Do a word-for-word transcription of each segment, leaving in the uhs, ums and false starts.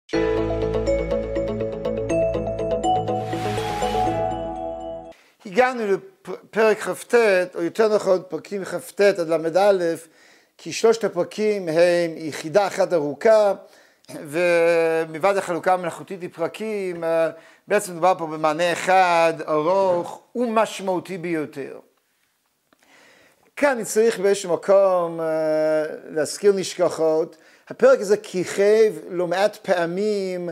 הגענו לפרק כ"ט, או יותר נכון פרקים כ"ט עד ל"א, כי שלושת הפרקים הם יחידה אחת ארוכה, ומלבד החלוקה המלאכותית לפרקים, בעצם מדובר פה במענה אחד ארוך ומשמעותי ביותר. כאן אני צריך באיזשהו מקום להזכיר נשכחות. הפרק הזה כיכב לא מעט פעמים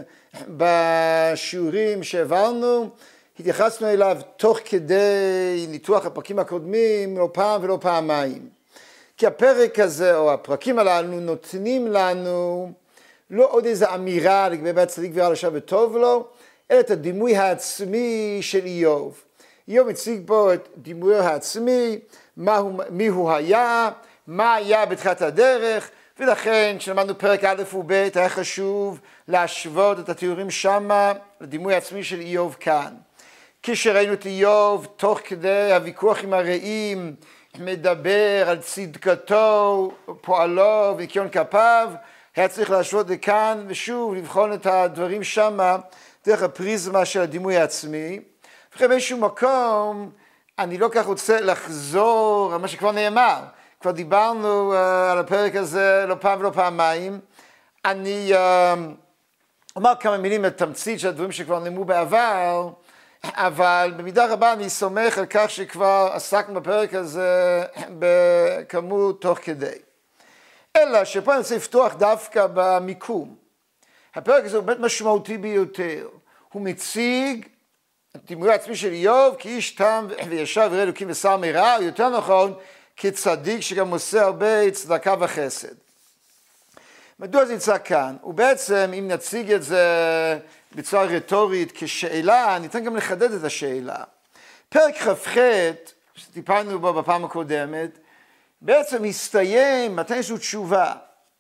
בשיעורים שהעברנו, התייחסנו אליו תוך כדי ניתוח הפרקים הקודמים לא פעם ולא פעמיים. כי הפרק הזה או הפרקים הללו נותנים לנו לא עוד איזו אמירה לגבי בית צדיק ורע רשע וטוב לו, אלא את הדימוי העצמי של איוב. איוב מציג פה את דימויו העצמי, מהו, מי הוא היה, מה היה בתחילת הדרך, ולכן כשלמדנו פרק א' וב' היה חשוב להשוות את התיאורים שמה לדימוי העצמי של איוב כאן. כשראינו את איוב תוך כדי הוויכוח עם הרעים מדבר על צדקתו, פועלו וניקיון כפיו, היה צריך להשוות לכאן ושוב לבחון את הדברים שמה דרך הפריזמה של הדימוי העצמי. ובכן באיזשהו מקום אני לא כך רוצה לחזור על מה שכבר נאמר, כבר דיברנו uh, על הפרק הזה לא פעם ולא פעמיים. אני uh, אומר כמה מילים לתמצית של הדברים שכבר נאמרו בעבר, אבל במידה רבה אני סומך על כך שכבר עסקנו בפרק הזה בכמות תוך כדי. אלא שפה אני רוצה לפתוח דווקא במיקום. הפרק הזה הוא באמת משמעותי ביותר. הוא מציג את דימוי העצמי של איוב כאיש תם וישר וראה אלוקים ושר מרע, או יותר נכון כצדיק שגם עושה הרבה צדקה וחסד. מדוע זה נמצא כאן? ובעצם אם נציג את זה בצורה רטורית כשאלה, ניתן גם לחדד את השאלה. פרק כ"ח, שטיפלנו בו בפעם הקודמת, בעצם הסתיים מתי איזו תשובה.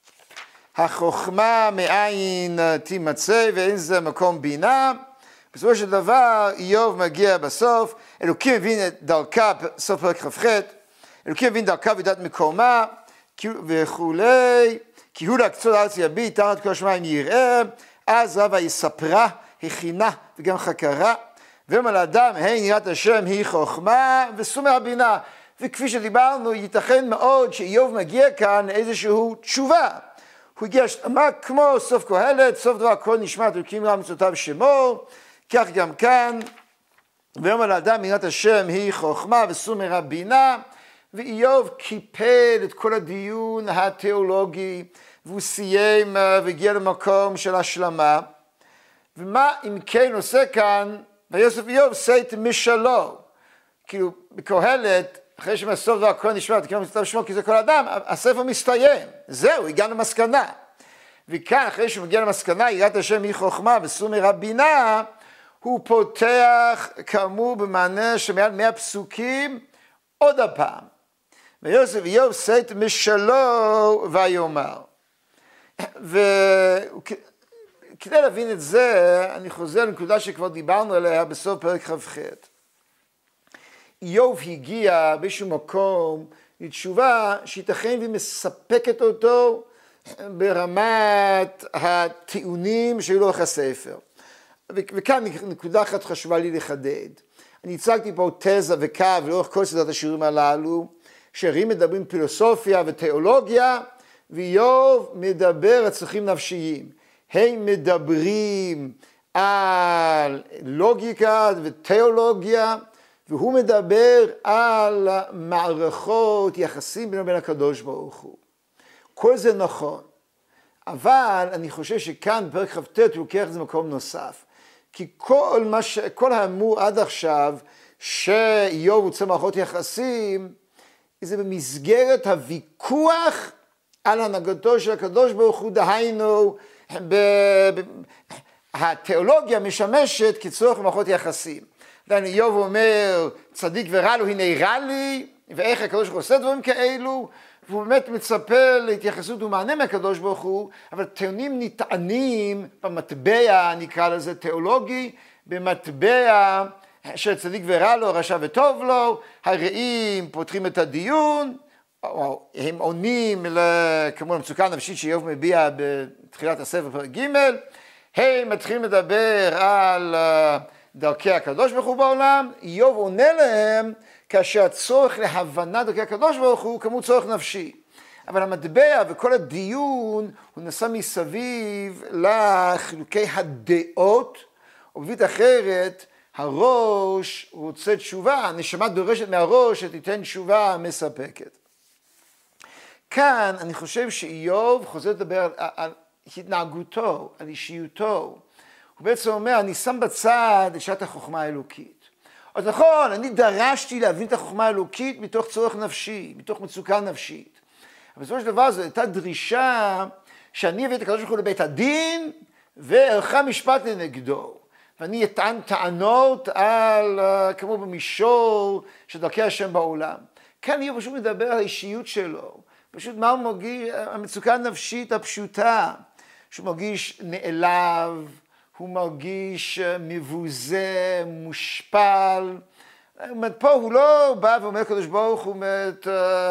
החוכמה מאין תימצא ואין זה מקום בינה. בסופו של דבר איוב מגיע בסוף, אלוקים מבין את דרכה, סוף פרק כ"ח, אלוקים מבין דרכה וידעת מקומה וכולי, כי הוא להקצות הארץ יביט, תחת כל השמיים יראה, אז רבה יספרה, הכינה וגם חקרה, ואומר לאדם, הן יראת השם היא חוכמה וסומא הבינה. וכפי שדיברנו, ייתכן מאוד שאיוב מגיע כאן איזושהי תשובה. הוא הגיע, מה כמו סוף קהלת, סוף דבר הכל נשמע, אלוקים רע מצוותיו שמור, כך גם כאן, ואומר לאדם, יראת השם היא חוכמה וסומא הבינה, ואיוב קיפל את כל הדיון התיאולוגי, והוא סיים והגיע למקום של השלמה. ומה אם כן עושה כאן, ויוסף איוב סייט משלו. כאילו בקהלת, אחרי שמסוף דבר הכל נשמע, אלוקים רע מצוותיו שמור, כי זה כל אדם, הספר מסתיים. זהו, הגענו למסקנה. וכאן, אחרי שהוא מגיע למסקנה, יראת השם היא חוכמה וסומא הבינה, הוא פותח כאמור במענה שמעל מאה פסוקים עוד הפעם. ויוסף איוב סייט משלו ויאמר. וכדי להבין את זה, אני חוזר לנקודה שכבר דיברנו עליה בסוף פרק כ"ח. איוב הגיע באיזשהו מקום לתשובה שייתכן והיא מספקת אותו ברמת הטיעונים שהיו לאורך הספר. וכאן נקודה אחת חשובה לי לחדד. אני הצגתי פה תזה וקו לאורך כל סדרת השיעורים הללו, שהרים מדברים פילוסופיה ותיאולוגיה, ואיוב מדבר על צרכים נפשיים. הם מדברים על לוגיקה ותיאולוגיה, והוא מדבר על מערכות יחסים בין ובין הקדוש ברוך הוא. כל זה נכון, אבל אני חושב שכאן בפרק כ"ט הוא לוקח את זה מקום נוסף. כי כל, מה ש... כל האמור עד עכשיו שאיוב רוצה מערכות יחסים, זה במסגרת הוויכוח על הנהגתו של הקדוש ברוך הוא, דהיינו, ב... ב... התיאולוגיה משמשת כצורך במערכות יחסים. דהיינו, איוב אומר, צדיק ורע לו, הנה רע לי, ואיך הקדוש ברוך הוא עושה דברים כאלו, והוא באמת מצפה להתייחסות ומענה מהקדוש ברוך הוא, אבל טיעונים נטענים במטבע, נקרא לזה תיאולוגי, במטבע של צדיק ורע לו, רשע וטוב לו, הרעים פותחים את הדיון, או הם עונים כמובן למצוקה הנפשית שאיוב מביע בתחילת הספר פרק ג', הם מתחילים לדבר על דרכי הקדוש ברוך הוא בעולם, איוב עונה להם כאשר הצורך להבנת דרכי הקדוש ברוך הוא כמו צורך נפשי. אבל המטבע וכל הדיון הוא נסע מסביב לחילוקי הדעות, ובבית אחרת הראש רוצה תשובה, הנשמה דורשת מהראש שתיתן תשובה מספקת. כאן אני חושב שאיוב חוזר לדבר על, על התנהגותו, על אישיותו. הוא בעצם אומר, אני שם בצד את שעת החוכמה האלוקית. אז נכון, אני דרשתי להבין את החוכמה האלוקית מתוך צורך נפשי, מתוך מצוקה נפשית. אבל בסופו של דבר זו הייתה דרישה שאני אביא את הקדוש ברוך הוא לבית הדין וערכה משפט לנגדו. ואני אטען טענות על, כמו במישור של דרכי השם בעולם. כאן איוב פשוט מדבר על האישיות שלו. פשוט מה הוא מרגיש, המצוקה הנפשית הפשוטה, שהוא מרגיש נעלב, הוא מרגיש מבוזה, מושפל. פה הוא לא בא ואומר לקדוש ברוך הוא, אומרת,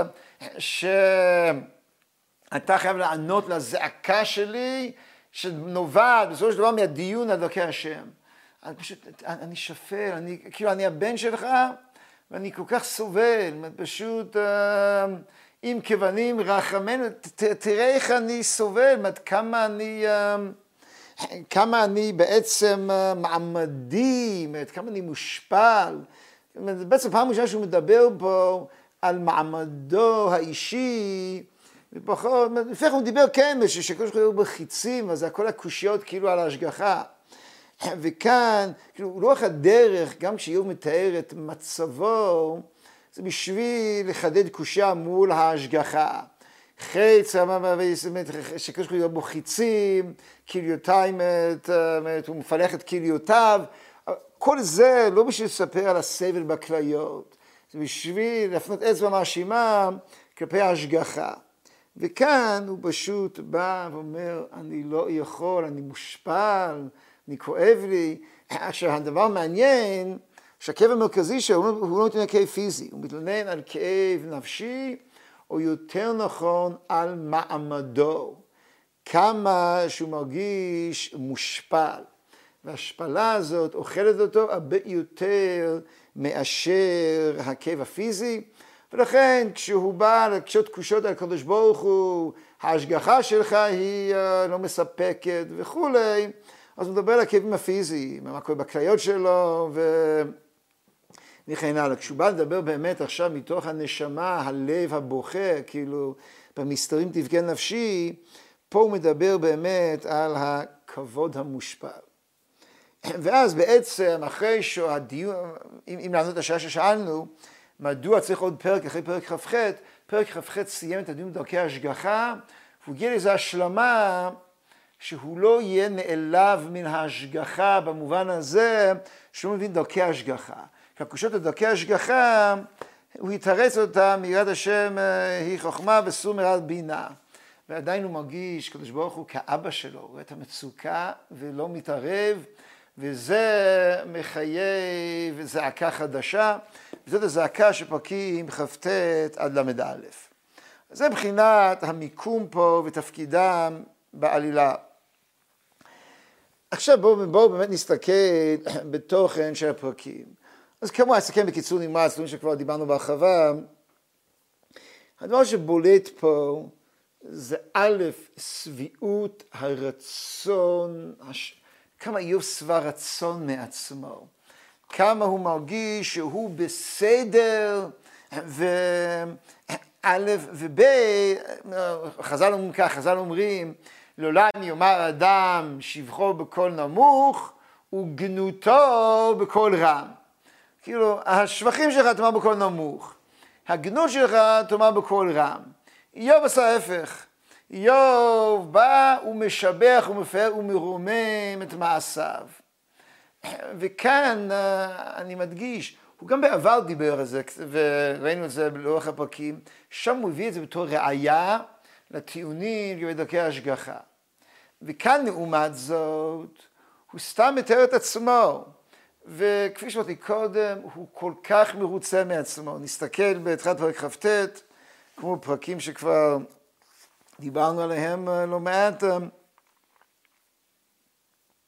שאתה חייב לענות לזעקה שלי, שנובעת בסופו של דבר מהדיון על דרכי השם. אני פשוט, אני שפל, אני, כאילו אני הבן שלך, ואני כל כך סובל, פשוט, אם כבנים רחמנו, תראה איך אני סובל, כמה אני, כמה אני בעצם מעמדי, כמה אני מושפל. בעצם פעם ראשונה שהוא מדבר פה על מעמדו האישי, ופחות, לפני הוא דיבר כאמש, שכל שכל היו בחיצים, אז הכל הקושיות כאילו על ההשגחה. וכאן, כאילו, רוח הדרך, גם כשאיוב מתאר את מצבו, זה בשביל לחדד קושיה מול ההשגחה. חץ, שכל שכל היו בו חיצים, כליותיים, הוא מפלח את כליותיו. כל זה לא בשביל לספר על הסבל בכליות, זה בשביל להפנות אצבע מאשימה כלפי ההשגחה. וכאן הוא פשוט בא ואומר, אני לא יכול, אני מושפל, אני כואב לי. עכשיו, הדבר מעניין, שהכאב המרכזי שלו הוא לא מתלונן כאב פיזי, הוא מתלונן על כאב נפשי, או יותר נכון על מעמדו. כמה שהוא מרגיש מושפל. וההשפלה הזאת אוכלת אותו הרבה יותר מאשר הכאב הפיזי. ולכן כשהוא בא לקשות קושות על הקדוש ברוך הוא, ההשגחה שלך היא לא מספקת וכולי, אז הוא מדבר על הכאבים הפיזיים, מה קורה בכליות שלו וכן הלאה. כשהוא בא לדבר באמת עכשיו מתוך הנשמה, הלב הבוכה, כאילו במסתרים תבכה נפשי, פה הוא מדבר באמת על הכבוד המושפל. ואז בעצם אחרי שהדיון, אם, אם לענות את השאלה ששאלנו, מדוע צריך עוד פרק אחרי פרק כ"ח, פרק כ"ח סיים את הדיון בדרכי ההשגחה, והוא הגיע לאיזו השלמה שהוא לא יהיה נעלב מן ההשגחה במובן הזה שהוא מבין דרכי ההשגחה. כי הקושות את דרכי ההשגחה, הוא יתרץ אותה מיראת השם היא חוכמה וסור מראת בינה. ועדיין הוא מרגיש קדוש ברוך הוא כאבא שלו, הוא רואה את המצוקה ולא מתערב, וזה מחייב זעקה חדשה, וזאת הזעקה שפרקים כ"ט עד למד א'. זה מבחינת המיקום פה ותפקידם בעלילה. עכשיו בואו בוא באמת נסתכל בתוכן של הפרקים. אז כמו נסתכל בקיצור נמרץ, דברים שכבר דיברנו בהרחבה, הדבר שבולט פה זה א', שביעות הרצון, הש... כמה איוב שבע רצון מעצמו, כמה הוא מרגיש שהוא בסדר, וא' וב', חז"ל אומרים כך, חז"ל אומרים, לעולם יאמר אדם שבחו בקול נמוך וגנותו בקול רם. כאילו, השבחים שלך תאמר בקול נמוך, הגנות שלך תאמר בקול רם. איוב עשה ההפך. איוב בא ומשבח ומפאר ומרומם את מעשיו. וכאן אני מדגיש, הוא גם בעבר דיבר על זה, וראינו את זה לאורך הפרקים, שם הוא הביא את זה בתור ראיה לטיעונים לגבי דרכי ההשגחה. וכאן לעומת זאת, הוא סתם מתאר את עצמו, וכפי שאמרתי קודם, הוא כל כך מרוצה מעצמו. נסתכל בתחילת פרק כ"ט, כמו פרקים שכבר דיברנו עליהם לא מעט.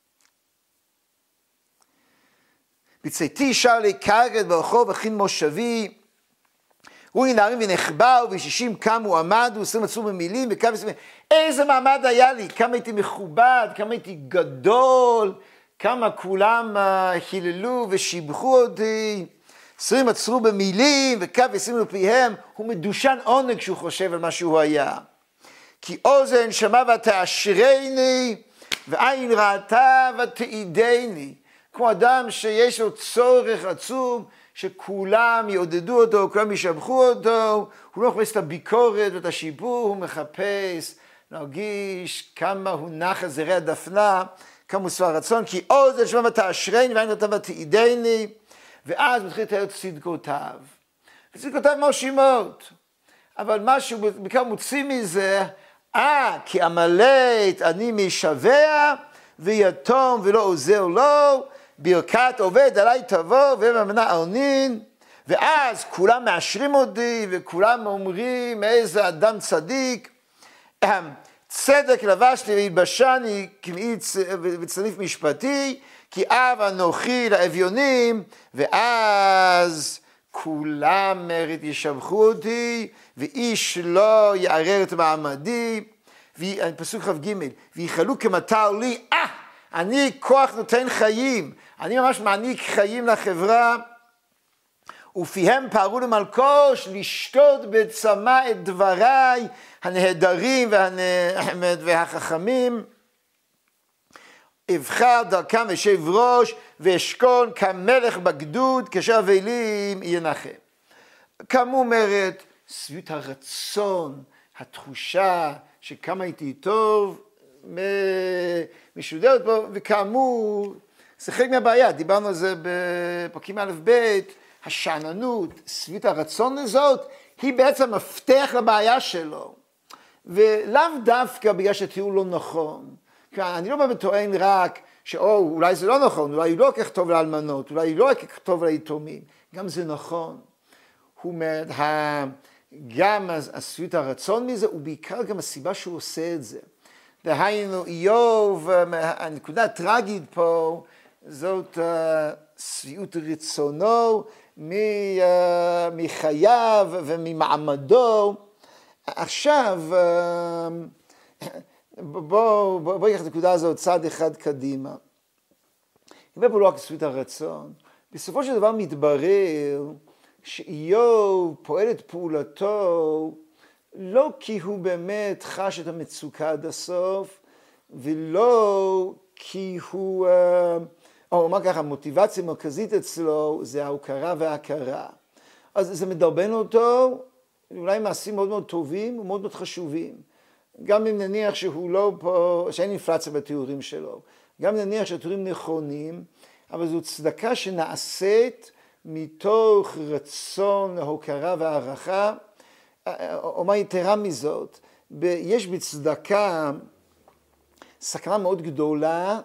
בצאתי שר לי כרת ברחוב הכין מושבי, הוא נערים ונחבאו, ושישים קמו עמדו, עשרים עצרו במילים, וכמה עשרים, איזה מעמד היה לי, כמה הייתי מכובד, כמה הייתי גדול, כמה כולם חיללו ושיבחו אותי, עשרים עצרו במילים, וכמה עשרים לפיהם, הוא מדושן עונג כשהוא חושב על מה שהוא היה. כי אוזן שמע ותאשרני, ועין ראתה ותעידני, כמו אדם שיש לו צורך עצום, שכולם יעודדו אותו, כולם ישבחו אותו, הוא לא מחפש את הביקורת ואת השיפור, הוא מחפש להרגיש כמה הוא נח על זרי הדפנה, כמה הוא שבע רצון, כי אוזן שמע ותאשרני ועין ראתה ותעידני, ואז מתחיל לתאר את צדקותיו. צדקותיו מרשימות, אבל משהו בעיקר מוציא מזה, אה, כי עמלק אני משווע, ויתום ולא עוזר לו, ברכת עובד עליי תבוא, וממנה ארנין, ואז כולם מאשרים אותי, וכולם אומרים איזה אדם צדיק, צדק לבשתי והתבשני כמעי וצניף משפטי, כי אב אנוכי לאביונים, ואז כולם מרד ישבחו אותי, ואיש לא יערער את מעמדי, פסוק כ"ג, ויחלו כמטר לי, אה, אני כוח נותן חיים, אני ממש מעניק חיים לחברה, ופיהם פערו למלקוש, לשתות בצמא את דבריי הנהדרים והחכמים, אבחר דרכם ושב ראש, ואשכון כמלך בגדוד, כאשר אבלים ינחם. כאמור אומרת, שביעות הרצון, התחושה שכמה הייתי טוב, משודרת בו, וכאמור, זה חלק מהבעיה, דיברנו על זה בפרקים א' ב', השאננות, שביעות הרצון הזאת, היא בעצם מפתח לבעיה שלו, ולאו דווקא בגלל שהתיאור לא נכון. אני לא באמת טוען רק שאו, אולי זה לא נכון, אולי הוא לא כך טוב לאלמנות, אולי הוא לא כך טוב ליתומים, גם זה נכון. הוא אומר, גם השביעות הרצון מזה, ובעיקר גם הסיבה שהוא עושה את זה. דהיינו, איוב, הנקודה הטרגית פה, זאת שביעות רצונו מחייו וממעמדו. עכשיו, בואו בוא ניקח את הנקודה הזאת צעד אחד קדימה. אם פה לא רק שביעות הרצון, בסופו של דבר מתברר שאיוב פועל את פעולתו לא כי הוא באמת חש את המצוקה עד הסוף, ולא כי הוא, או מה ככה, המוטיבציה המרכזית אצלו זה ההוקרה וההכרה. אז זה מדרבן אותו, אולי מעשים מאוד מאוד טובים ומאוד מאוד חשובים. גם אם נניח שהוא לא פה, שאין אינפלציה בתיאורים שלו, גם נניח שהתיאורים נכונים, אבל זו צדקה שנעשית מתוך רצון להוקרה והערכה, או מה יתרה מזאת, יש בצדקה סכנה מאוד גדולה,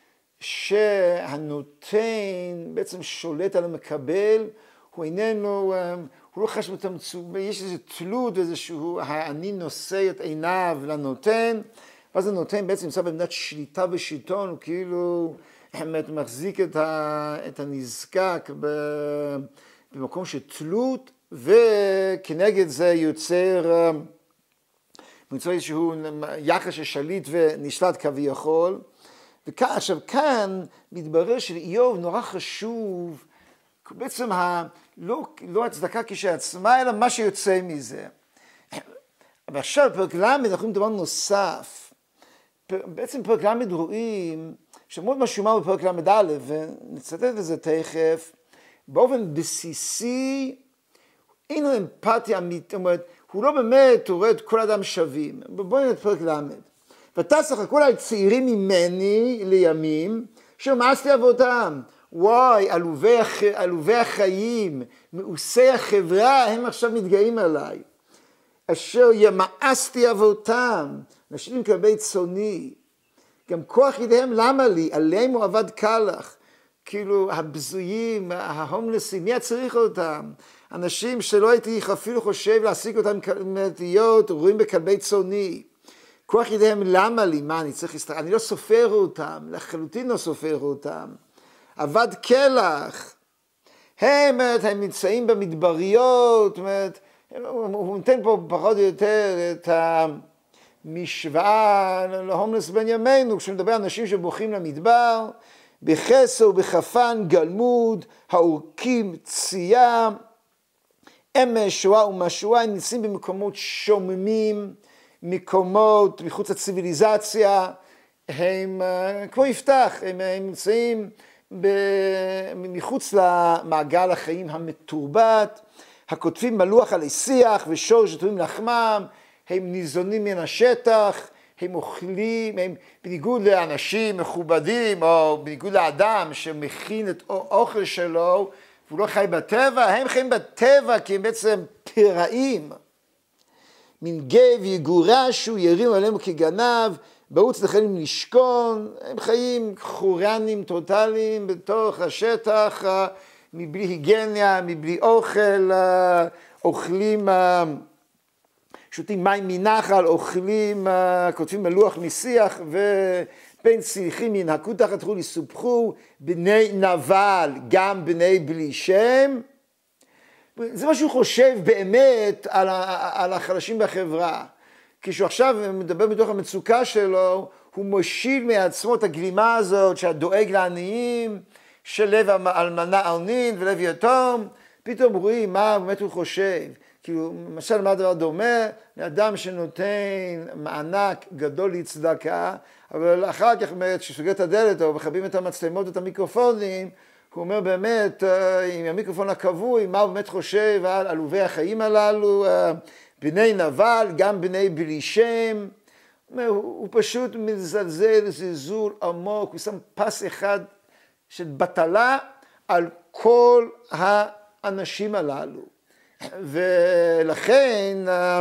שהנותן בעצם שולט על המקבל, הוא איננו, הוא לא חש בתמצות, יש איזו תלות, איזשהו, אני נושא את עיניו לנותן, ואז הנותן בעצם נמצא בעמדת שליטה ושלטון, הוא כאילו מחזיק את, ה, את הנזקק במקום של תלות, וכנגד זה יוצר, יוצר איזשהו יחס של שליט ונשלט כביכול. ועכשיו כאן מתברר שלאיוב נורא חשוב, בעצם ה, לא, לא הצדקה כשעצמה, אלא מה שיוצא מזה. ועכשיו בפרק ל' אנחנו יכולים דבר נוסף. בעצם בפרק ל' רואים, שמאוד משומע בפרק ל' א', ונצטט את זה תכף, באופן בסיסי, אין לו אמפתיה אמיתית, זאת אומרת, הוא לא באמת רואה את כל אדם שווים. בואו נראה את פרק ל'. ואתה סך הכל צעירים ממני לימים, שמאסתי אבותם. וואי, עלובי, הח... עלובי החיים, מאוסי החברה, הם עכשיו מתגאים עליי. אשר ימאסתי אבותם, נשארים כלבי צוני. גם כוח ידיהם, למה לי? עליהם הוא עבד קלח. כאילו, הבזויים, ההומלסים, מי צריך אותם? אנשים שלא הייתי אפילו חושב להשיג אותם להיות, רואים בכלבי צוני. כוח ידיהם, למה לי? מה, אני צריך להסתכל? אני לא סופר אותם, לחלוטין לא סופר אותם. אבד כלח. הם, הם נמצאים במדבריות, זאת אומרת, הוא נותן פה פחות או יותר את המשוואה להומלס בן ימינו, כשהוא מדבר על אנשים שבורחים למדבר, בחסר ובחפן גלמוד, האורקים צייה, אמש, שואה ומשואה, הם נמצאים במקומות שוממים, מקומות מחוץ לציביליזציה, הם כמו יפתח, הם, הם נמצאים ב, מחוץ למעגל החיים המתורבת, הכותבים מלוח עלי שיח ושור שטועים לחמם, הם ניזונים מן השטח, הם אוכלים, הם בניגוד לאנשים מכובדים או בניגוד לאדם שמכין את האוכל שלו והוא לא חי בטבע, הם חיים בטבע כי הם בעצם פראים. מן גב יגורשו ירימו עליהם כגנב, בעוץ לכם לשכון, הם חיים חורנים טוטליים בתוך השטח, מבלי היגניה, מבלי אוכל, אוכלים, שותים מים מנחל, אוכלים, כותבים מלוח משיח, ובין צליחים ינהקו תחת חול יסופחו, בני נבל, גם בני בלי שם. זה מה שהוא חושב באמת על, על החלשים בחברה. כשהוא עכשיו מדבר בתוך המצוקה שלו, הוא מושיל מעצמו את הגלימה הזאת שהדואג לעניים, של לב אלמנה אלנין ולב יתום, פתאום רואים מה באמת הוא חושב. כאילו, למשל, מה הדבר דומה? לאדם שנותן מענק גדול לצדקה, אבל אחר כך אומרת שסוגר את הדלת או מכבים את המצלמות ואת המיקרופונים, הוא אומר באמת, עם המיקרופון הקבוי, מה הוא באמת חושב על עלובי החיים הללו, בני נבל, גם בני בלי שם. הוא, הוא פשוט מזלזל, זלזול עמוק, הוא שם פס אחד של בטלה על כל האנשים הללו. ולכן,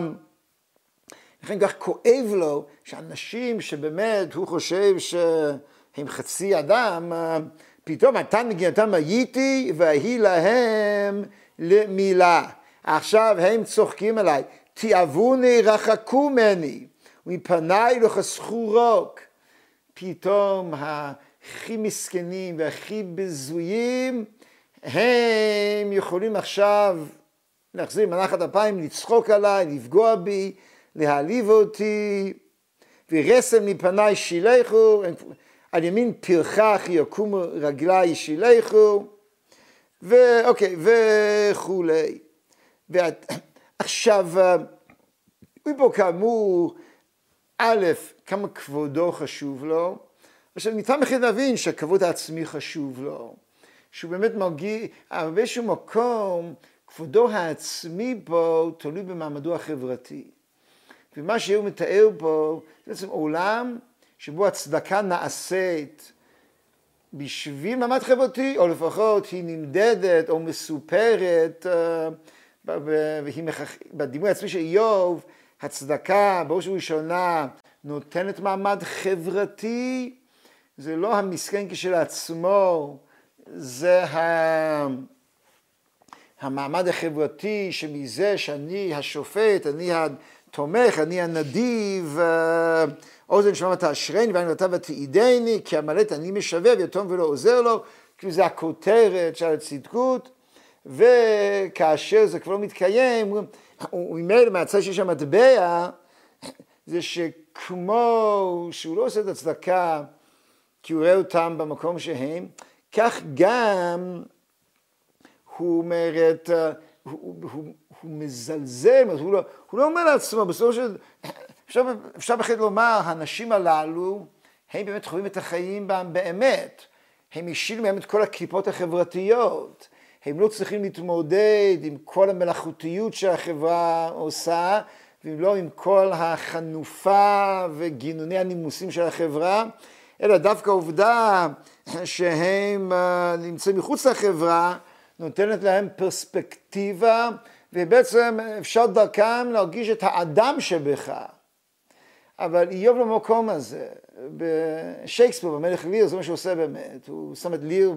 לכן כך כואב לו שאנשים שבאמת הוא חושב שהם חצי אדם, פתאום מתן נגינתם הייתי והיא להם למילה. עכשיו הם צוחקים עליי, תיאבוני רחקו מני, ומפניי לא חסכו רוק. פתאום הכי מסכנים והכי בזויים, הם יכולים עכשיו להחזיר מנחת אפיים, לצחוק עליי, לפגוע בי, להעליב אותי, ורסם מפניי שילכו, על ימין פרחח יקומו רגליי שילכו, ואוקיי, וכולי. ועכשיו, הוא פה כאמור, א', כמה כבודו חשוב לו, עכשיו ניתן בכלל להבין שהכבוד העצמי חשוב לו, שהוא באמת מרגיש, אבל באיזשהו מקום, כבודו העצמי פה תלוי במעמדו החברתי. ומה שהוא מתאר פה, זה בעצם עולם שבו הצדקה נעשית בשביל מעמד חברתי, או לפחות היא נמדדת או מסופרת, והיא מכח... בדימוי העצמי של איוב, הצדקה בראש ובראשונה נותנת מעמד חברתי, זה לא המסכן כשלעצמו, זה ה... המעמד החברתי שמזה שאני השופט, אני התומך, אני הנדיב, אוזן שמע תאשרני ואני נתן ותעידני, כי המלט אני משווה ויתום ולא עוזר לו, כאילו זה הכותרת של הצדקות, וכאשר זה כבר לא מתקיים, הוא אומר מהצד שיש המטבע, זה שכמו שהוא לא עושה את הצדקה, כי הוא רואה אותם במקום שהם, כך גם הוא אומרת, הוא, הוא, הוא מזלזל, הוא לא, הוא לא אומר לעצמו, בסופו של... אפשר, אפשר בכלל לומר, האנשים הללו, הם באמת חווים את החיים בהם באמת. הם השאירו מהם את כל הקליפות החברתיות. הם לא צריכים להתמודד עם כל המלאכותיות שהחברה עושה, ואם לא עם כל החנופה וגינוני הנימוסים של החברה, אלא דווקא העובדה שהם נמצאים מחוץ לחברה, נותנת להם פרספקטיבה, ובעצם אפשר דרכם להרגיש את האדם שבך. אבל איוב במקום הזה, בשייקספיר, במלך ליר, זה מה שהוא עושה באמת. הוא שם את ליר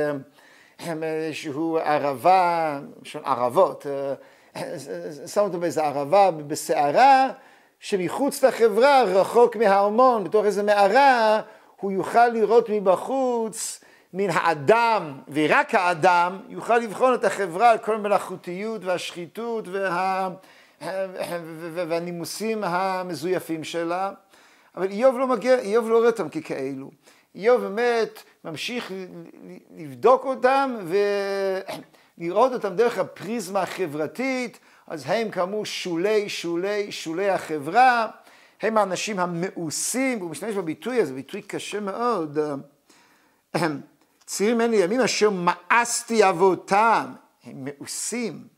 שהוא ערבה, של ערבות, שם אותו באיזו ערבה בסערה, שמחוץ לחברה, רחוק מהארמון, בתוך איזו מערה, הוא יוכל לראות מבחוץ מן האדם ורק האדם יוכל לבחון את החברה על כל המלאכותיות והשחיתות וה... והנימוסים המזויפים שלה, אבל איוב לא מגיע, איוב לא רואה אותם ככאלו. איוב באמת ממשיך לבדוק אותם ולראות אותם דרך הפריזמה החברתית, אז הם כאמור שולי, שולי, שולי החברה, הם האנשים המאוסים, והוא משתמש בביטוי הזה, ביטוי קשה מאוד. צעירים אין לי ימים אשר מאסתי אבותם, הם מאוסים.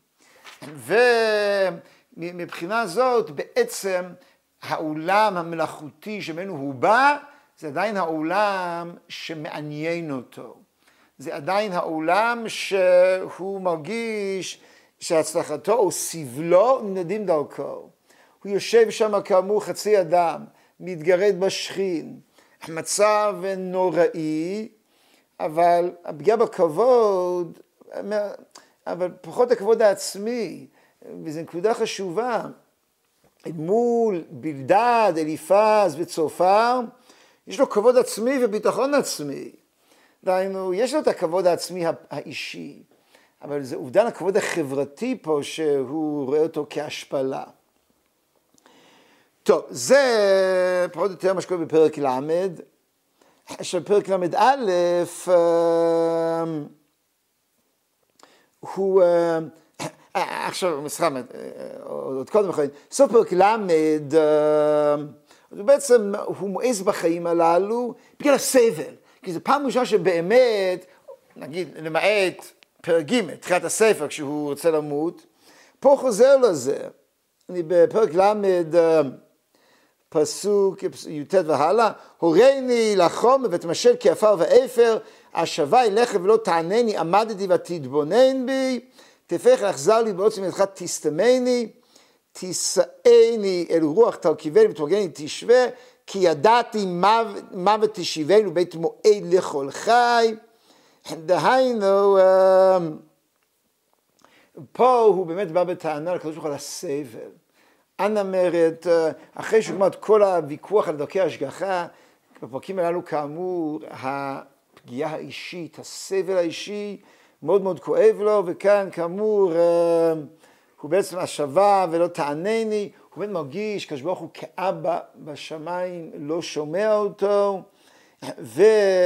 ומבחינה זאת בעצם העולם המלאכותי שמנו הוא בא, זה עדיין העולם שמעניין אותו. זה עדיין העולם שהוא מרגיש שהצלחתו או סבלו נדים דרכו. הוא יושב שם כאמור חצי אדם, מתגרד בשכין, מצב נוראי, אבל הפגיעה בכבוד, אבל פחות הכבוד העצמי, וזו נקודה חשובה. מול בלדד, אליפז וצופר, יש לו כבוד עצמי וביטחון עצמי. דהיינו, יש לו את הכבוד העצמי האישי, אבל זה אובדן הכבוד החברתי פה שהוא רואה אותו כהשפלה. טוב, זה פחות או יותר מה שקורה בפרק למד. עכשיו פרק למד א', הוא, עכשיו, מסחר, עוד קודם לכן, סוף פרק למד, בעצם הוא מואס בחיים הללו בגלל הסבל. כי זו פעם ראשונה שבאמת, נגיד, למעט פרק ג', תחילת הספר, כשהוא רוצה למות, פה חוזר לזה. אני בפרק למד, פסוק י"ט והלאה, הורני לחום ותמשל כעפר ואפר, השבה אליך ולא תענני, עמדתי ותתבונן בי, תפך לחזר לי בעוצם ידך תסתמני, תישאני אל רוח תרכיבני ותורגני תשווה, כי ידעתי מוות תשיבנו בית מועד לכל חי. דהיינו, פה הוא באמת בא בטענה לקדוש ברוך הוא על הסבל. אנא אומרת, אחרי שהוא גמר את כל הוויכוח על דרכי ההשגחה, בפרקים הללו כאמור, הפגיעה האישית, הסבל האישי, מאוד מאוד כואב לו, וכאן כאמור, הוא בעצם השבה ולא תענני, הוא באמת מרגיש, הקדוש ברוך הוא כאבא בשמיים, לא שומע אותו, והוא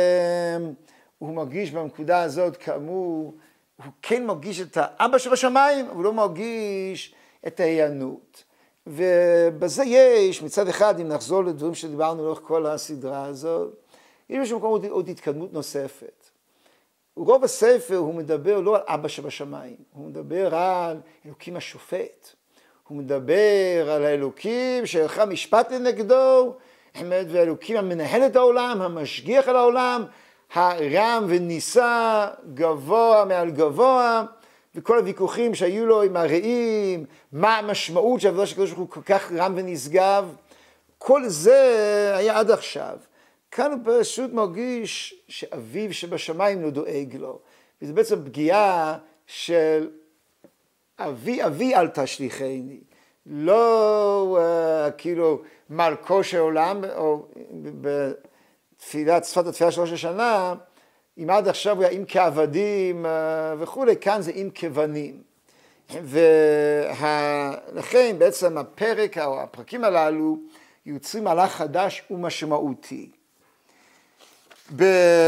מרגיש בנקודה הזאת כאמור, הוא כן מרגיש את האבא שבשמיים, אבל הוא לא מרגיש את ההיענות. ובזה יש, מצד אחד, אם נחזור לדברים שדיברנו לאורך כל הסדרה הזאת, יש בשביל מקום עוד, עוד התקדמות נוספת. רוב הספר הוא מדבר לא על אבא שבשמיים, הוא מדבר על אלוקים השופט, הוא מדבר על האלוקים שערך משפט לנגדו, והאלוקים המנהל את העולם, המשגיח על העולם, הרם וניסה גבוה מעל גבוה, וכל הוויכוחים שהיו לו עם הרעים, מה המשמעות של העבודה של הקדוש ברוך הוא כל כך רם ונשגב, כל זה היה עד עכשיו. כאן הוא פשוט מרגיש שאביו שבשמיים לא דואג לו. וזה בעצם פגיעה של אבי אבי אל תשליכני. לא uh, כאילו מלכו של עולם, או בתפילת, שפת התפילה של ראש השנה, אם עד עכשיו הוא היה עם כעבדים uh, וכו', כאן זה עם כבנים. ולכן בעצם הפרק או הפרקים הללו יוצרים מהלך חדש ומשמעותי. ב...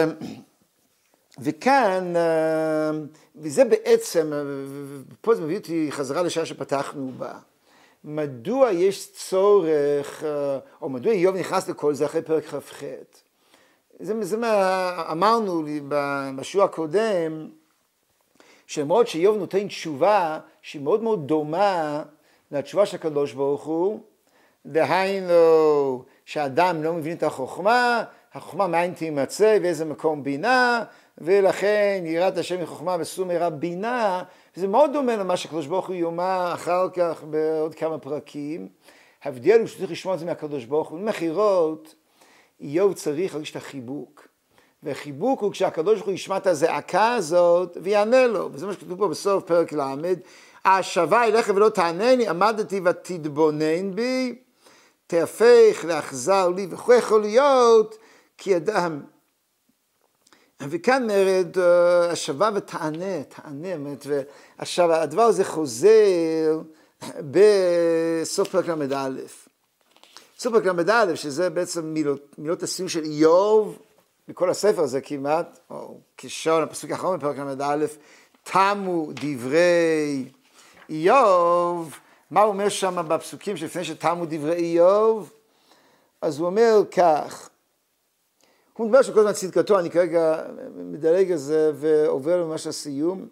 וכאן, וזה בעצם, פה זה מביא אותי חזרה לשעה שפתחנו בה. מדוע יש צורך, או מדוע איוב נכנס לכל זה אחרי פרק כ"ח? זה, זה מה אמרנו לי בשיעור הקודם, שלמרות שאיוב נותן תשובה שהיא מאוד מאוד דומה לתשובה של הקדוש ברוך הוא, דהיינו שהאדם לא מבין את החוכמה, החוכמה מאין תימצא ואיזה מקום בינה, ולכן יראת השם מחוכמה וסור מרע בינה, וזה מאוד דומה למה שהקדוש ברוך הוא יאמר אחר כך בעוד כמה פרקים. ההבדל הוא שצריך לשמוע את זה מהקדוש ברוך הוא. במחירות, איוב צריך להרגיש את החיבוק. והחיבוק הוא כשהקדוש ברוך הוא ישמע את הזעקה הזאת ויענה לו. וזה מה שכתוב פה בסוף פרק למד. השבה אליך ולא תענני, עמדתי ותתבונן בי, תהפך לאכזר לי וכו' יכול להיות, כי אדם, וכאן אומרת, השווה ותענה, תענה, עכשיו הדבר הזה חוזר בסוף פרק למד א', סוף פרק למד א', שזה בעצם מילות, מילות הסיום של איוב, בכל הספר הזה כמעט, או כשעון הפסוק האחרון בפרק למד א', תמו דברי איוב. מה הוא אומר שם בפסוקים שלפני שתמו דברי איוב? אז הוא אומר כך, הוא מדבר שכל הזמן צדקתו, אני כרגע מדלג על זה ועובר ממש לסיום.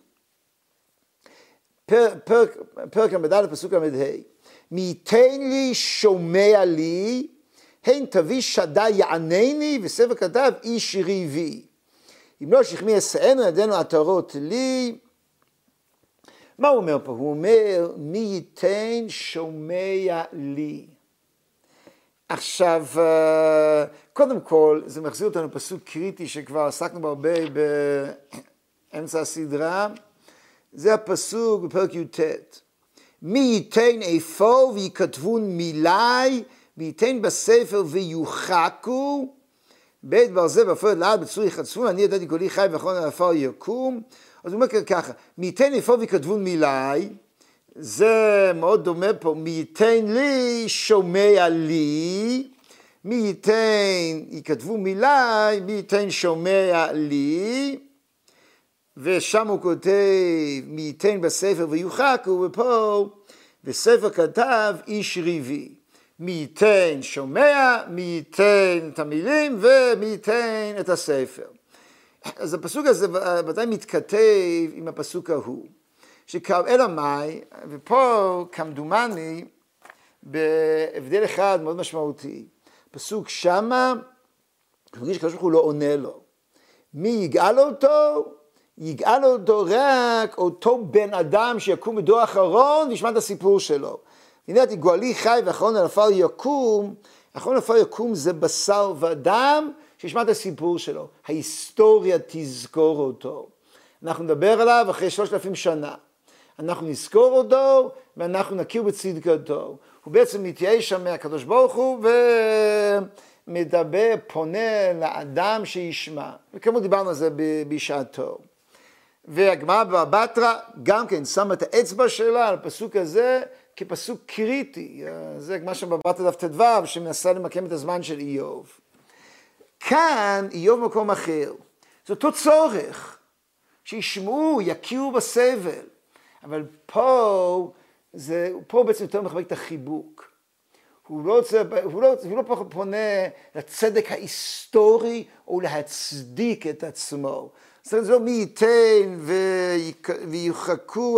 פר, פרק, פרק למד א', פסוק למד ה', מי ייתן לי שומע לי, הן תביא שדה יענני, וספר כתב איש ריבי. אם לא שכמי ישאנו ידינו עטרות לי. מה הוא אומר פה? הוא אומר, מי ייתן שומע לי. עכשיו, קודם כל, זה מחזיר אותנו פסוק קריטי שכבר עסקנו בו הרבה באמצע הסדרה. זה הפסוק בפרק י"ט. מי ייתן אפוא ויקטבון מילי, וייתן בספר ויוחקו, בית ברזל ועפרת לעד בצור יחצפון, אני ידעתי קולי חי ואחרון על עפר יקום. אז הוא אומר ככה, מי ייתן אפוא ויקטבון מילי, זה מאוד דומה פה, מי ייתן לי שומע לי, מי ייתן יכתבו מילי, מי ייתן שומע לי, ושם הוא כותב מי ייתן בספר ויוחקו, ופה בספר כתב איש ריבי. מי ייתן שומע, מי ייתן את המילים, ומי ייתן את הספר. אז הפסוק הזה ודאי מתכתב עם הפסוק ההוא. שקרב אלא מאי, ופה כמדומני בהבדל אחד מאוד משמעותי. פסוק שמה, הוא מרגיש שקדוש ברוך הוא לא עונה לו. מי יגאל אותו? יגאל אותו רק אותו בן אדם שיקום בדור אחרון וישמע את הסיפור שלו. הנה את גואלי חי ואחרון על עפר יקום, אחרון על עפר יקום זה בשר ודם שישמע את הסיפור שלו. ההיסטוריה תזכור אותו. אנחנו נדבר עליו אחרי שלושת אלפים שנה. אנחנו נזכור אותו ואנחנו נכיר בצדקתו. הוא בעצם מתייאש שם מהקדוש ברוך הוא ומדבר, פונה לאדם שישמע. וכמו דיברנו על זה בשעתו. והגמרא בבבא בתרא גם כן שמה את האצבע שלה על הפסוק הזה כפסוק קריטי. זה מה שבבבא בתרא דף ט"ו שמנסה למקם את הזמן של איוב. כאן איוב במקום אחר. זה אותו צורך. שישמעו, יכירו בסבל. אבל פה, זה, פה בעצם יותר מחבק את החיבוק. הוא לא, הוא לא, הוא לא פונה לצדק ההיסטורי או להצדיק את עצמו. זאת אומרת, זה לא מי ייתן ויוחקו,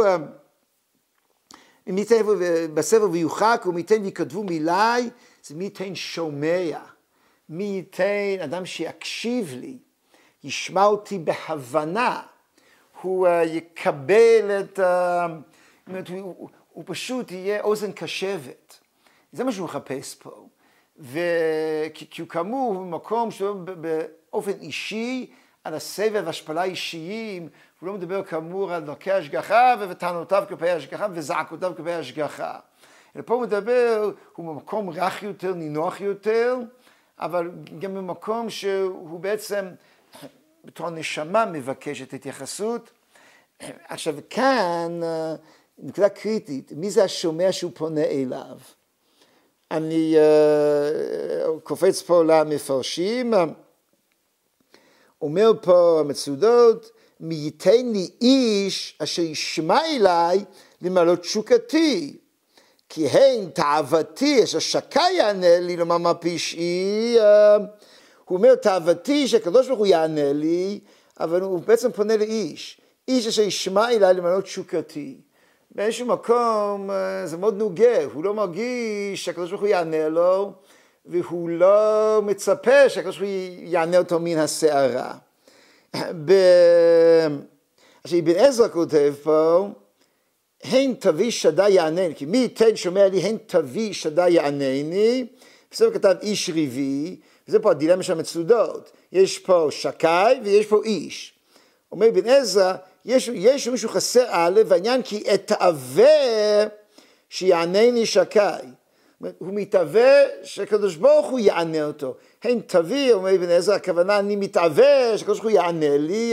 מי ייתן בספר ויוחקו, מי ייתן ויקטבו מילי, זה מי ייתן שומע. מי ייתן אדם שיקשיב לי, ישמע אותי בהבנה. הוא יקבל את, הוא, הוא פשוט יהיה אוזן קשבת. זה מה שהוא מחפש פה. וכי הוא כאמור במקום שבאופן אישי, על הסבל והשפלה אישיים, הוא לא מדבר כאמור על דרכי השגחה וטענותיו כלפי השגחה וזעקותיו כלפי השגחה. אלא פה הוא מדבר, הוא במקום רך יותר, נינוח יותר, אבל גם במקום שהוא בעצם בתור נשמה מבקשת התייחסות. עכשיו כאן נקודה קריטית, מי זה השומע שהוא פונה אליו? אני uh, קופץ פה למפרשים, אומר פה המצודות, מי ייתן לי איש אשר ישמע אליי למלא תשוקתי, כי הן תאוותי אשר שקע יענה לי לומר מה פשעי. הוא אומר תאוותי שהקדוש ברוך הוא יענה לי, אבל הוא בעצם פונה לאיש, איש אשר ישמע אליי למלא תשוקתי. באיזשהו מקום זה מאוד נוגע, הוא לא מרגיש שהקדוש ברוך הוא יענה לו, והוא לא מצפה שהקדוש ברוך הוא יענה אותו מן השערה. ב... עכשיו אבן עזרא כותב פה, הן תביא שדה יענני, כי מי ייתן שומע לי, הן תביא שדה יענני, בסוף כתב איש ריבי, וזה פה הדילמה של המצודות, יש פה שקאי ויש פה איש. אומר אבן עזרא, יש, יש מישהו חסר א', והעניין כי אתאווה שיענני שקאי. הוא מתאווה שהקדוש ברוך הוא יענה אותו. הן תביא, אומר אבן עזרא, הכוונה אני מתאווה שהקדוש ברוך הוא יענה לי.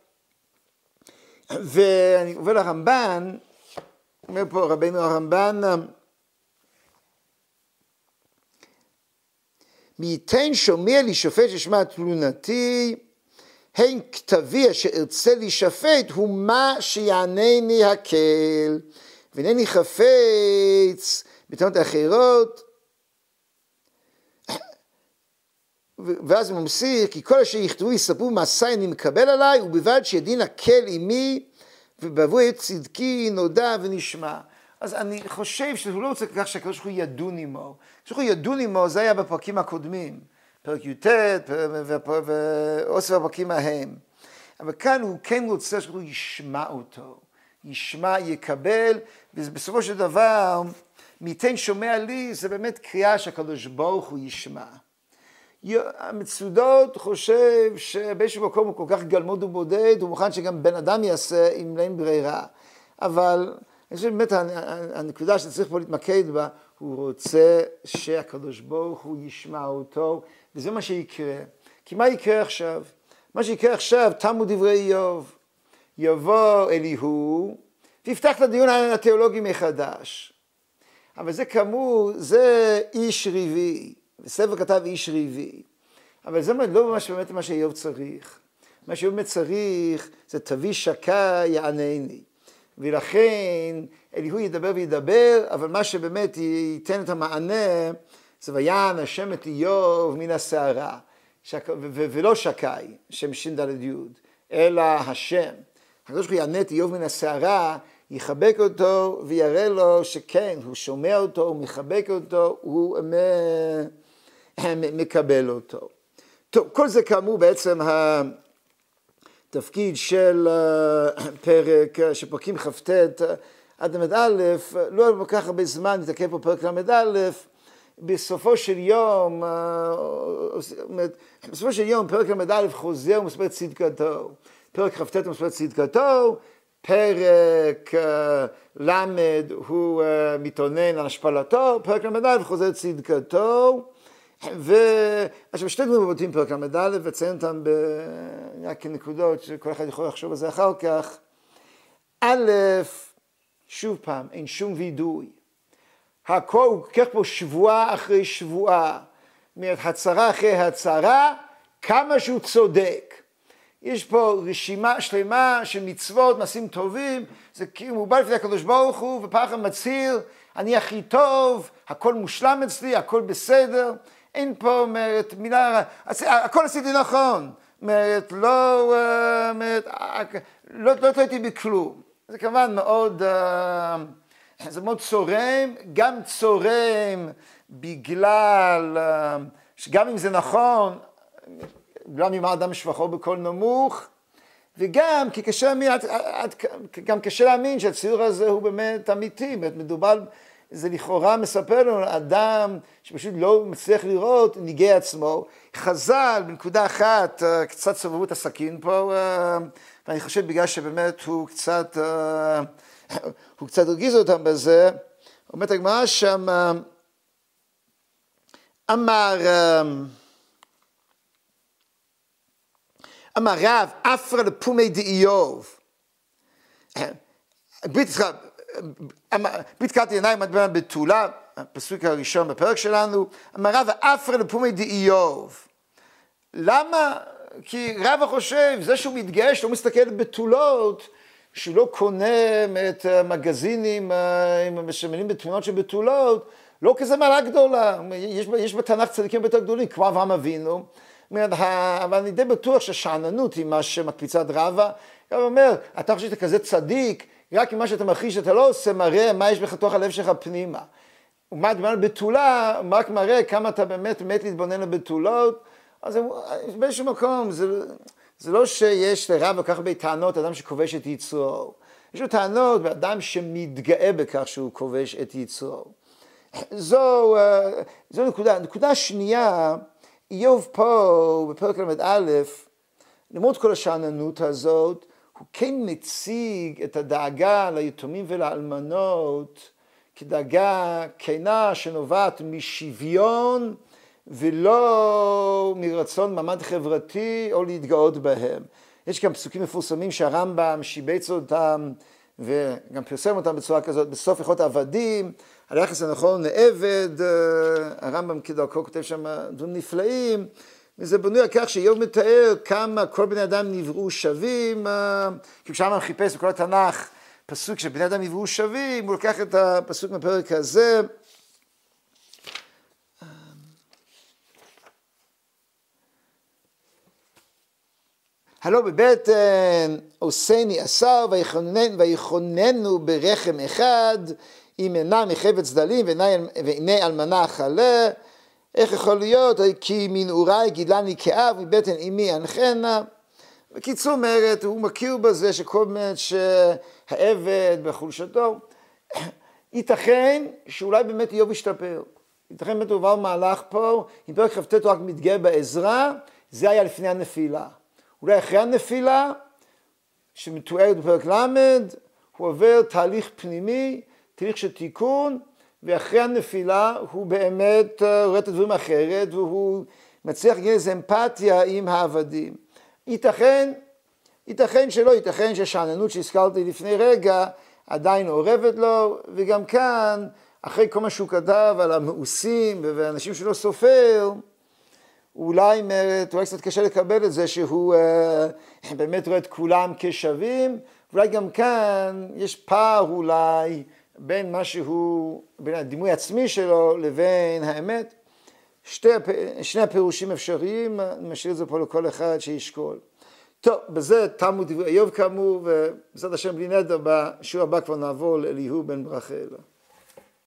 ואני עובר לרמב"ן, אומר פה רבינו הרמב"ן, מי ייתן שומע לי שופט ישמע תלונתי, הן כתבי אשר ארצה להישפט הוא מה שיענני הקל, ואינני חפץ בטענות אחרות. ואז הוא ממשיך, כי כל אשר יכתבו יספרו מעשי אני מקבל עליי, ובלבד שידין הקל עמי, ובעבור צדקי נודע ונשמע. אז אני חושב שהוא לא רוצה כך שהקדוש ברוך הוא ידון עמו. הקדוש ברוך הוא ידון עמו, זה היה בפרקים הקודמים, פרק י"ט ואוסף הפרקים ההם. אבל כאן הוא כן רוצה שהוא ישמע אותו, ישמע, יקבל, ובסופו של דבר, מיתן שומע לי, זה באמת קריאה שהקדוש ברוך הוא ישמע. המצודות חושב שבאיזשהו מקום הוא כל כך גלמוד ובודד, הוא מוכן שגם בן אדם יעשה אם אין ברירה. אבל אני חושב באמת הנקודה שצריך פה להתמקד בה, הוא רוצה שהקדוש ברוך הוא ישמע אותו, וזה מה שיקרה. כי מה יקרה עכשיו? מה שיקרה עכשיו, תמו דברי איוב. יבוא אליהו, ויפתח את הדיון התיאולוגי מחדש. אבל זה כאמור, זה איש ריבי. בספר כתב איש ריבי. אבל זה לא ממש באמת מה שאיוב צריך. מה שאיוב באמת צריך, זה תביא שקה יענני. ולכן אליהו ידבר וידבר, אבל מה שבאמת ייתן את המענה, זה ויען השם את איוב מן הסערה. שק... ו- ו- ולא שקאי, שם שין דלת יוד, אלא השם. הקדוש ברוך הוא יענה את איוב מן הסערה, יחבק אותו ויראה לו שכן, הוא שומע אותו, הוא מחבק אותו, הוא מקבל אותו. טוב, כל זה כאמור בעצם התפקיד של פרק, שפרקים כ"ט עד למד א', לא כל כך הרבה זמן נתעכב פה פרק למד א', בסופו של יום, בסופו של יום פרק למד א' חוזר ומספר צדקתו, פרק כ"ט הוא מספר צדקתו, פרק למד הוא מתאונן על השפלתו, פרק למד א' חוזר צדקתו, ועכשיו שתי דברים בבותים פרק למד א' וציין אותם רק כנקודות שכל אחד יכול לחשוב על זה אחר כך. א', שוב פעם, אין שום וידוי. הכל הוא כך פה שבועה אחרי שבועה, הצהרה אחרי הצהרה, כמה שהוא צודק. יש פה רשימה שלמה של מצוות, מעשים טובים, זה כאילו הוא בא לפני הקדוש ברוך הוא, ופעם מצהיר, אני הכי טוב, הכל מושלם אצלי, הכל בסדר, אין פה, אומרת, מילה, הכל עשיתי נכון, אומרת, לא, אומרת, לא, לא תהייתי בכלום. זה כמובן מאוד, זה מאוד צורם, גם צורם בגלל, שגם אם זה נכון, גם אם האדם שבחו בקול נמוך, וגם כי קשה להאמין, גם קשה להאמין שהציור הזה הוא באמת אמיתי, מדובר, זה לכאורה מספר לנו אדם שפשוט לא מצליח לראות ניגי עצמו, חז"ל בנקודה אחת קצת סובבו את הסכין פה, ואני חושב בגלל שבאמת הוא קצת, הוא קצת הרגיז אותם בזה, אומרת הגמרא שם, אמר, אמר רב, אפרא לפומי דאיוב. ברית קראתי עיניים מדבר בתולה, הפסוק הראשון בפרק שלנו, אמר רב, אפרא לפומי דאיוב. למה? כי רב חושב, זה שהוא מתגאה, שהוא מסתכל בתולות, שהוא לא קונה את המגזינים עם שמנים בתמונות של בתולות, לא כזה מעלה גדולה. יש, יש בתנ"ך צדיקים יותר גדולים, כמו אברהם אבינו. אבל אני די בטוח ששעננות היא מה שמקפיצת רבה. הוא אומר, אתה חושב שאתה כזה צדיק, רק עם מה שאתה מכחיש שאתה לא עושה, מראה מה יש בתוך הלב שלך פנימה. ומה דבר בתולה, רק מראה כמה אתה באמת מת להתבונן לבתולות. אז באיזשהו מקום, זה, זה לא שיש לרב כל כך הרבה טענות, אדם שכובש את יצרו. יש לו טענות באדם שמתגאה בכך שהוא כובש את יצרו. זו, זו נקודה. נקודה שנייה, איוב פה בפרק למד א', למרות כל השעננות הזאת, הוא כן מציג את הדאגה ליתומים ולאלמנות כדאגה כנה שנובעת משוויון ולא מרצון מעמד חברתי או להתגאות בהם. יש גם פסוקים מפורסמים שהרמב"ם שיבץ אותם וגם פרסם אותם בצורה כזאת בסוף הלכות עבדים, על היחס הנכון לעבד. הרמב"ם כדרכו כותב שם דברים נפלאים, וזה בנוי על כך שאיוב מתאר כמה כל בני אדם נבראו שווים, כי כשהרמב"ם חיפש בכל התנ"ך פסוק שבני אדם נבראו שווים, הוא לקח את הפסוק מהפרק הזה. הלא בבטן עושני עשר ויכוננו ברחם אחד, אם אינם מחפץ דלים ועיני אלמנה אכלה. איך יכול להיות? כי מנעוריי גידלני כאב, מבטן אמי אנחנה. בקיצור אומרת, הוא מכיר בזה שכל באמת שהעבד בחולשתו, ייתכן שאולי באמת איוב ישתפר. ייתכן באמת הוא עבר מהלך פה, אם פרק כ"ט הוא רק מתגאה בעזרה, זה היה לפני הנפילה. אולי אחרי הנפילה, שמתוארת בפרק למד, הוא עובר תהליך פנימי, תהליך של תיקון, ואחרי הנפילה הוא באמת רואה את הדברים אחרת, והוא מצליח להגיע איזו אמפתיה עם העבדים. ייתכן, ייתכן שלא, ייתכן שהשאננות שהזכרתי לפני רגע, עדיין עורבת לו, וגם כאן, אחרי כל מה שהוא כתב על המאוסים ואנשים שלא סופר, אולי מרת, אולי קצת קשה לקבל את זה שהוא אה, באמת רואה את כולם כשווים, ואולי גם כאן יש פער אולי בין מה שהוא, בין הדימוי העצמי שלו לבין האמת. שתי, שני הפירושים אפשריים, אני משאיר את זה פה לכל אחד שישקול. טוב, בזה תמו דברי איוב כאמור, ובעזרת השם בלי נדר, בשיעור הבא כבר נעבור לאליהו בן ברכיאל.